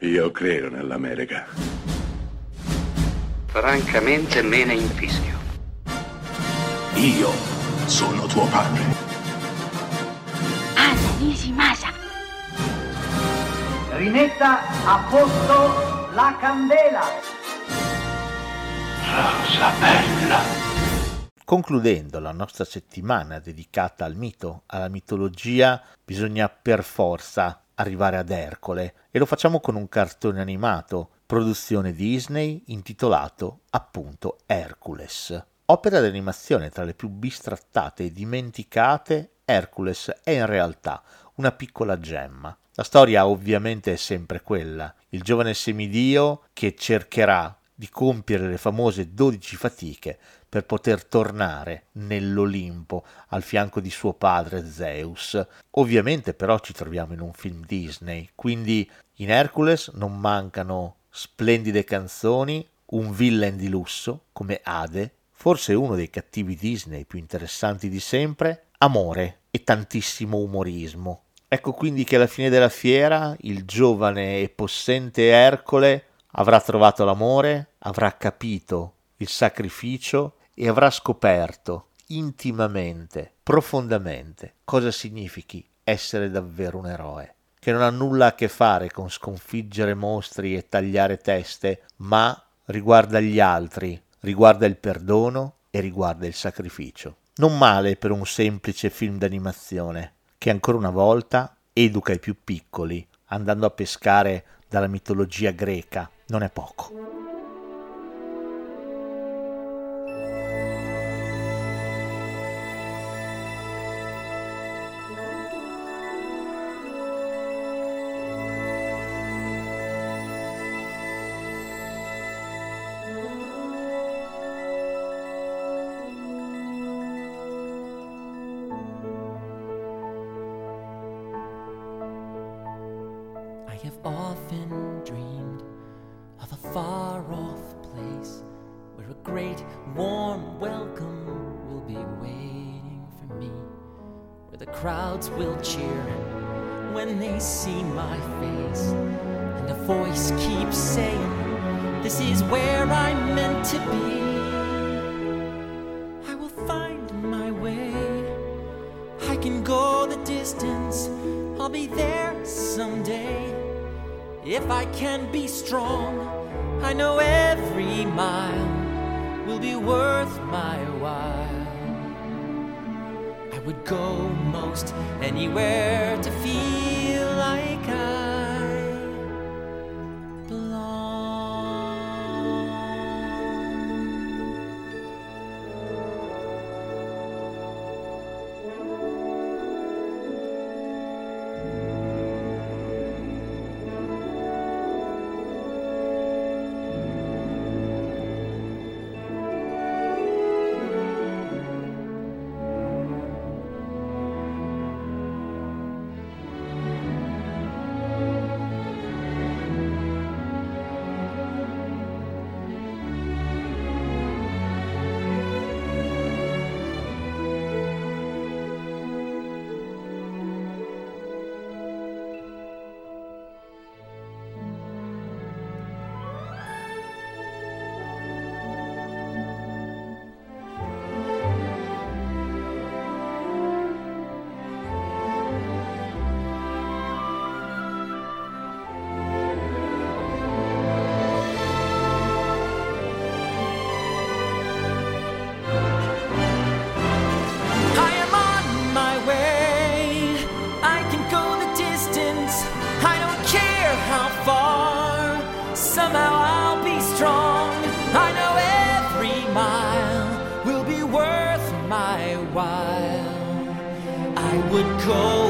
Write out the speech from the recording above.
Io credo nell'America. Francamente me ne infischio. Io sono tuo padre. Anna Nishimasa. Rimetta a posto la candela. Rosa bella. Concludendo la nostra settimana dedicata al mito, alla mitologia, bisogna per forza arrivare ad Ercole e lo facciamo con un cartone animato, produzione Disney, intitolato appunto Hercules. Opera d'animazione tra le più bistrattate e dimenticate, Hercules è in realtà una piccola gemma. La storia ovviamente è sempre quella, il giovane semidio che cercherà di compiere le famose 12 fatiche per poter tornare nell'Olimpo al fianco di suo padre Zeus. Ovviamente però ci troviamo in un film Disney, quindi in Hercules non mancano splendide canzoni, un villain di lusso come Ade, forse uno dei cattivi Disney più interessanti di sempre, amore e tantissimo umorismo. Ecco quindi che alla fine della fiera il giovane e possente Ercole avrà trovato l'amore, avrà capito il sacrificio e avrà scoperto intimamente, profondamente, cosa significhi essere davvero un eroe, che non ha nulla a che fare con sconfiggere mostri e tagliare teste, ma riguarda gli altri, riguarda il perdono e riguarda il sacrificio. Non male per un semplice film d'animazione, che ancora una volta educa i più piccoli, andando a pescare dalla mitologia greca. Non è poco. I have often dreamed of a far-off place where a great warm welcome will be waiting for me, where the crowds will cheer when they see my face, and a voice keeps saying, this is where I'm meant to be. I will find my way, I can go the distance, I'll be there someday. If I can be strong, I know every mile will be worth my while. I would go most anywhere to feel like I belong. Somehow I'll be strong. I know every mile will be worth my while. I would go